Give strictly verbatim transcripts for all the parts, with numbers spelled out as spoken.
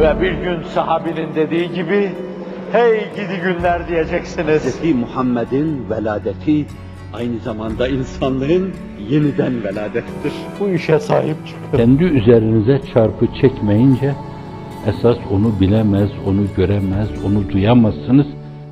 Ve bir gün sahabinin dediği gibi, hey gidi günler diyeceksiniz. Hazreti Muhammed'in veladeti aynı zamanda insanlığın yeniden veladettir. Bu işe sahip çıkın. Kendi üzerinize çarpı çekmeyince, esas onu bilemez, onu göremez, onu duyamazsınız.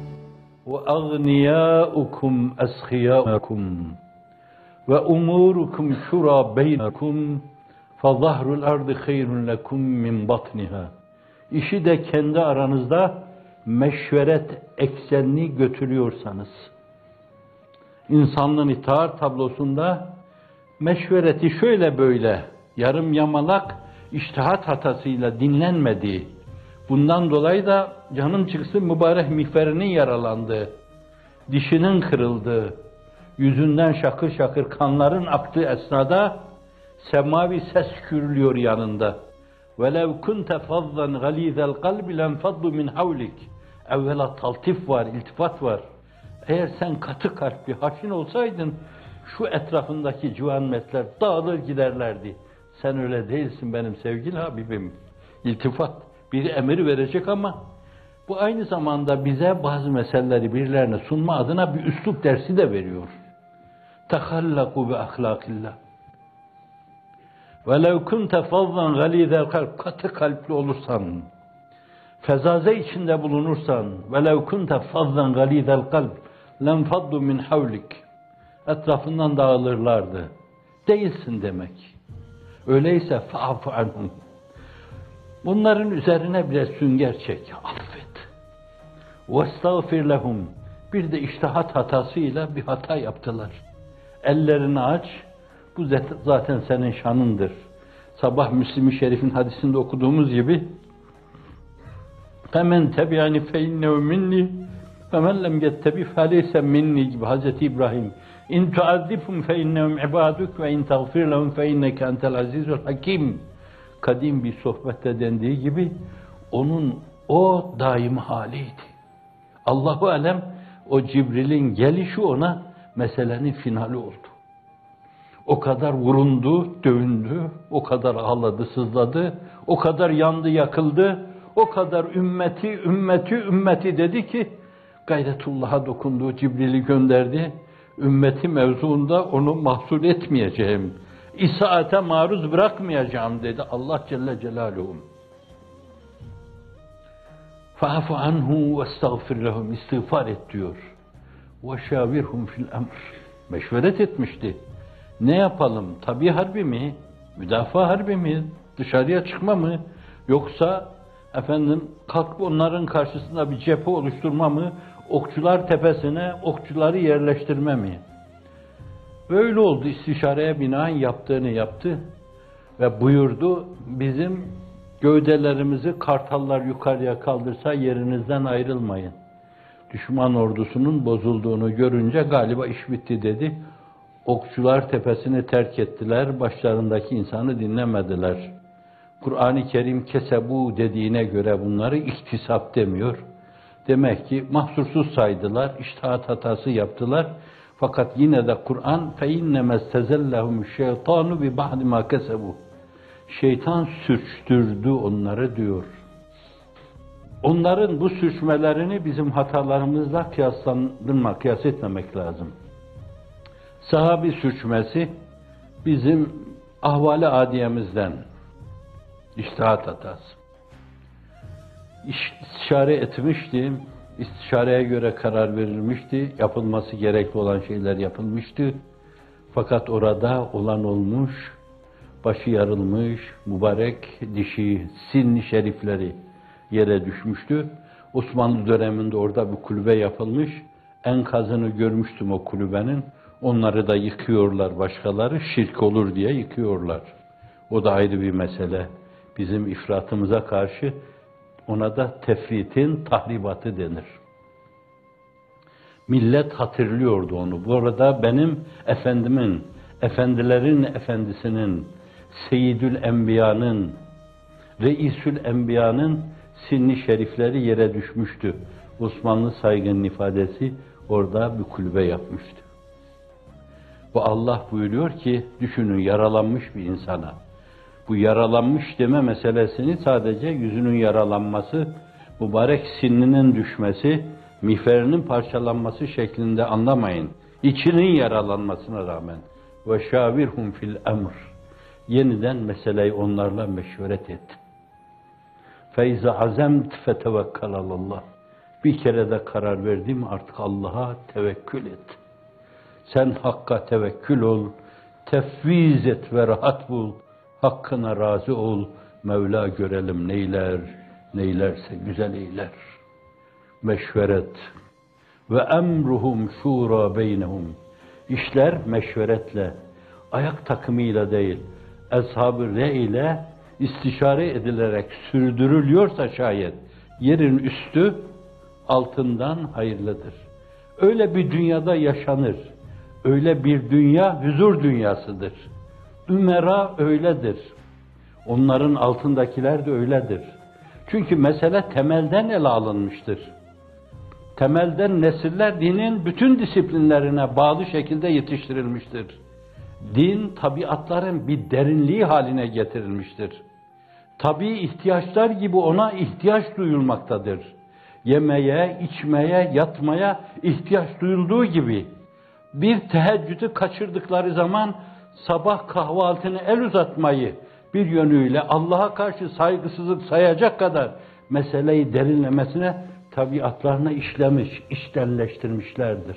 وَاَغْنِيَاؤُكُمْ اَسْخِيَاءُكُمْ وَاُمُورُكُمْ شُرَى بَيْنَكُمْ فَظَهْرُ الْاَرْضِ خَيْرٌ لَكُمْ مِنْ بَطْنِهَا. İşi de kendi aranızda meşveret eksenini götürüyorsanız, insanlığın itaat tablosunda meşvereti şöyle böyle, yarım yamalak, içtihat hatasıyla dinlenmediği, bundan dolayı da canım çıksın mübarek miğferinin yaralandığı, dişinin kırıldığı, yüzünden şakır şakır kanların aktığı esnada semavi ses gürlüyor yanında. وَلَوْ كُنْتَ فَضًّا غَلِيظَ الْقَلْبِ لَنْفَضُّ مِنْ حَوْلِكَ. Evvela taltif var, iltifat var. Eğer sen katı kalpli, haşin olsaydın, şu etrafındaki civanmetler dağılır giderlerdi. Sen öyle değilsin benim sevgili Habibim. İltifat, bir emir verecek ama bu aynı zamanda bize bazı meseleleri birilerine sunma adına bir üslup dersi de veriyor. تَخَلَّقُوا بِأَخْلَاقِ اللّٰهِ وَلَوْ كُنْتَ فَضًّا غَلِيظَ الْقَلْبِ. Katı kalpli olursan, fezaze içinde bulunursan, وَلَوْ كُنْتَ فَضًّا غَلِيظَ الْقَلْبِ لَنْفَضُّ مِنْ حَوْلِكَ. Etrafından dağılırlardı. Değilsin demek. Öyleyse فَعَفُ عَنْهُمْ. Bunların üzerine bile sünger çek, affet. وَاسْتَغْفِرْ لَهُمْ. Bir de içtihat hatasıyla bir hata yaptılar. Ellerini aç, bu zaten senin şanındır. Sabah Müslim-i Şerif'in hadisinde okuduğumuz gibi فَمَنْ تَبِعَنِ فَاِنَّهُ مِنِّي فَمَنْ لَمْ يَتَّبِعْ فَلَيْسَ مِنِّي gibi Hazreti İbrahim. اِنْ تُعَذِّبْهُمْ فَاِنَّهُمْ عِبَادُكَ وَاِنْ تَغْفِرْ لَهُمْ فَاِنَّكَ اَنْتَ الْعَزِيزُ الْحَكِيمُ. Kadim bir sohbette dendiği gibi onun o daim haliydi. Allahu alem o Cibril'in gelişi ona meselenin finali oldu. O kadar vurundu, dövündü, o kadar ağladı, sızladı, o kadar yandı, yakıldı, o kadar ümmeti, ümmeti, ümmeti dedi ki, gayretullah'a dokundu, Cibril'i gönderdi, ümmeti mevzuunda onu mahsul etmeyeceğim, isaate maruz bırakmayacağım dedi Allah Celle Celaluhu. فَعَفُ عَنْهُ وَاسْتَغْفِرْ لَهُمْ. İstiğfar et diyor. وَشَاوِرْهُمْ فِي الْأَمْرِ. Meşveret etmişti. Ne yapalım? Tabi harbi mi? Müdafaa harbi mi? Dışarıya çıkma mı? Yoksa efendim kalkıp onların karşısında bir cephe oluşturma mı? Okçular tepesine okçuları yerleştirme mi? Böyle oldu. İstişareye binaen yaptığını yaptı ve buyurdu, bizim gövdelerimizi kartallar yukarıya kaldırsa yerinizden ayrılmayın. Düşman ordusunun bozulduğunu görünce galiba iş bitti dedi. Okçular tepesini terk ettiler, başlarındaki insanı dinlemediler. Kur'an-ı Kerim kesebu dediğine göre bunları ihtisap demiyor. Demek ki mahsursuz saydılar, içtihat hatası yaptılar. Fakat yine de Kur'an فَاِنَّمَا اسْتَزَلَّهُمُ الشَّيْطَانُ بِبَعْدِ مَا كَسَبُوا. Şeytan sürçtürdü onları diyor. Onların bu sürçmelerini bizim hatalarımızla kıyaslandırma, kıyas etmemek lazım. Sahabi sürçmesi bizim ahvali adiyemizden, içtihat hatası. İstişare etmişti, istişareye göre karar verilmişti, yapılması gerekli olan şeyler yapılmıştı. Fakat orada olan olmuş, başı yarılmış, mübarek dişi, sinni şerifleri yere düşmüştü. Osmanlı döneminde orada bir kulübe yapılmış, enkazını görmüştüm o kulübenin. Onları da yıkıyorlar başkaları, şirk olur diye yıkıyorlar. O da ayrı bir mesele. Bizim ifratımıza karşı ona da tefritin tahribatı denir. Millet hatırlıyordu onu. Bu arada benim efendimin, efendilerin efendisinin, Seyyidül Enbiya'nın, Reisül Enbiya'nın sinni şerifleri yere düşmüştü. Osmanlı saygının ifadesi orada bir kulübe yapmıştı. Bu Allah buyuruyor ki, düşünün yaralanmış bir insana, Bu yaralanmış deme meselesini sadece yüzünün yaralanması, mübarek sininin düşmesi, miğferinin parçalanması şeklinde anlamayın. İçinin yaralanmasına rağmen. Ve şavirhum fil emr. Yeniden meseleyi onlarla meşveret et. Feiza azemt fetevekkal alallah. Bir kere de karar verdim, artık Allah'a tevekkül et. Sen Hakk'a tevekkül ol, tefviz et ve rahat bul. Hakkına razı ol. Mevla görelim neyler, neylerse güzel eyler. Meşveret. Ve emruhum şura beynehum. İşler meşveretle, ayak takımıyla değil, ashab-ı re ile istişare edilerek sürdürülüyorsa şayet, yerin üstü altından hayırlıdır. Öyle bir dünyada yaşanır. Öyle bir dünya huzur dünyasıdır. Ümera öyledir. Onların altındakiler de öyledir. Çünkü mesele temelden ele alınmıştır. Temelden nesiller dinin bütün disiplinlerine bağlı şekilde yetiştirilmiştir. Din, tabiatların bir derinliği haline getirilmiştir. Tabii ihtiyaçlar gibi ona ihtiyaç duyulmaktadır. Yemeye, içmeye, yatmaya ihtiyaç duyulduğu gibi, bir teheccüdü kaçırdıkları zaman sabah kahvaltını el uzatmayı bir yönüyle Allah'a karşı saygısızlık sayacak kadar meseleyi derinlemesine tabiatlarına işlemiş, içtenleştirmişlerdir.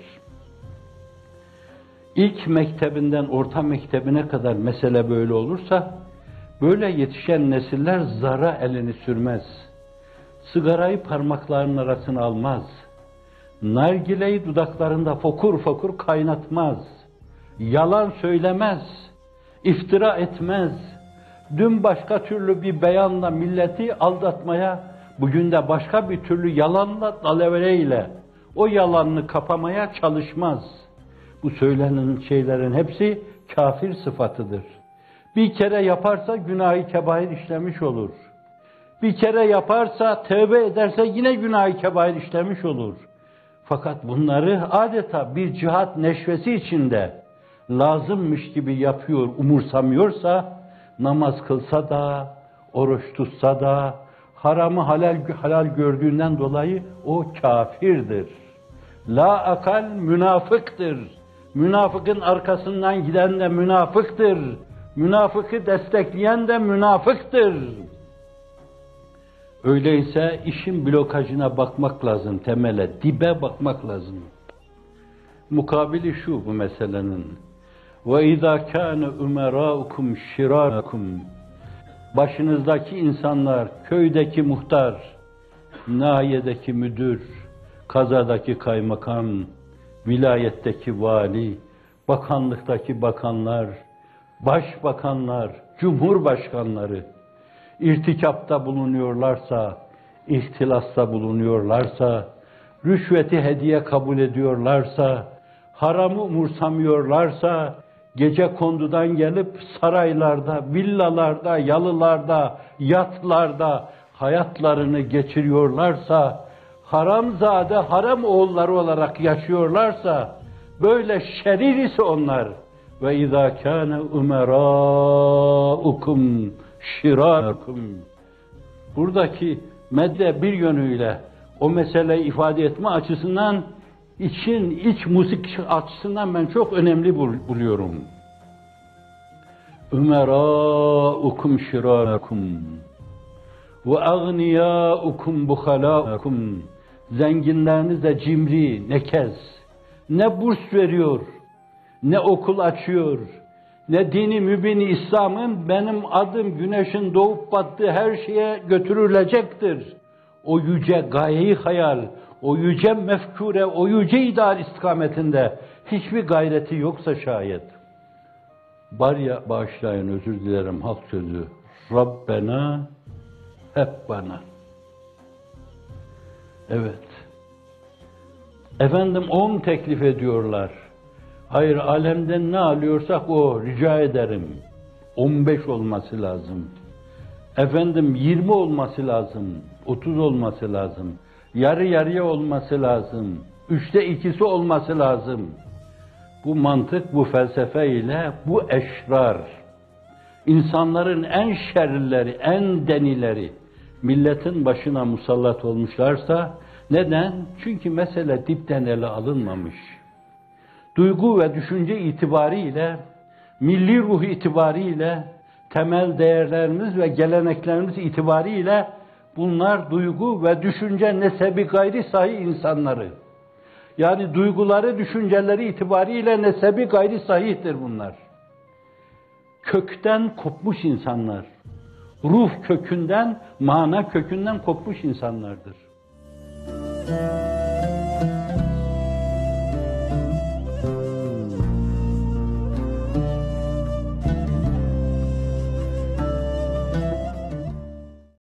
İlk mektebinden orta mektebine kadar mesele böyle olursa, böyle yetişen nesiller zara elini sürmez. Sigarayı parmaklarının arasına almaz. Nargileyi dudaklarında fokur fokur kaynatmaz. Yalan söylemez. İftira etmez. Dün başka türlü bir beyanla milleti aldatmaya, bugün de başka bir türlü yalanla, dalavereyle o yalanını kapamaya çalışmaz. Bu söylenen şeylerin hepsi kafir sıfatıdır. Bir kere yaparsa günah-ı kebair işlemiş olur. Bir kere yaparsa, tövbe ederse yine günah-ı kebair işlemiş olur. Fakat bunları adeta bir cihat neşvesi içinde lazımmış gibi yapıyor, umursamıyorsa, namaz kılsa da, oruç tutsa da, haramı halal, halal gördüğünden dolayı o kafirdir. La akal münafıktır. Münafıkın arkasından giden de münafıktır. Münafıkı destekleyen de münafıktır. Öyleyse işin blokajına bakmak lazım, temele, dibe bakmak lazım. Mukabili şu bu meselenin. وَاِذَا كَانَ اُمَرَاءُكُمْ شِرَارَكُمْ. Başınızdaki insanlar, köydeki muhtar, nahiyedeki müdür, kazadaki kaymakam, vilayetteki vali, bakanlıktaki bakanlar, başbakanlar, cumhurbaşkanları, irtikapta bulunuyorlarsa, ihtilasta bulunuyorlarsa, rüşveti hediye kabul ediyorlarsa, haramı umursamıyorlarsa, gece kondudan gelip saraylarda, villalarda, yalılarda, yatlarda hayatlarını geçiriyorlarsa, haramzade, haram oğulları olarak yaşıyorlarsa, böyle şerir ise onlar, ve izâ kâne umerâukum şirârukum. Buradaki medde bir yönüyle o meseleyi ifade etme açısından, için iç musik açısından ben çok önemli buluyorum. Umerâukum şirârukum ve agniyâukum buhalâukum. Zenginleriniz de cimri, nekez. Ne burs veriyor, ne okul açıyor, ne dini mübini İslam'ın benim adım güneşin doğup battığı her şeye götürülecektir. O yüce gayeyi hayal, o yüce mefkure, o yüce ideal istikametinde hiçbir gayreti yoksa şayet. Bari bağışlayın, özür dilerim, halk sözü. Rabbena hep bana. Evet. Efendim on teklif ediyorlar. Hayır, alemden ne alıyorsak o, rica ederim. on beş olması lazım. Efendim yirmi olması lazım. otuz olması lazım. Yarı yarıya olması lazım. Üçte ikisi olması lazım. Bu mantık, bu felsefe ile bu eşrar, insanların en şerlileri, en denileri milletin başına musallat olmuşlarsa, neden? Çünkü mesele dipten ele alınmamış. Duygu ve düşünce itibariyle, milli ruh itibariyle, temel değerlerimiz ve geleneklerimiz itibariyle bunlar duygu ve düşünce nesebi gayri sahih insanları. Yani duyguları, düşünceleri itibariyle nesebi gayri sahihtir bunlar. Kökten kopmuş insanlar. Ruh kökünden, mana kökünden kopmuş insanlardır.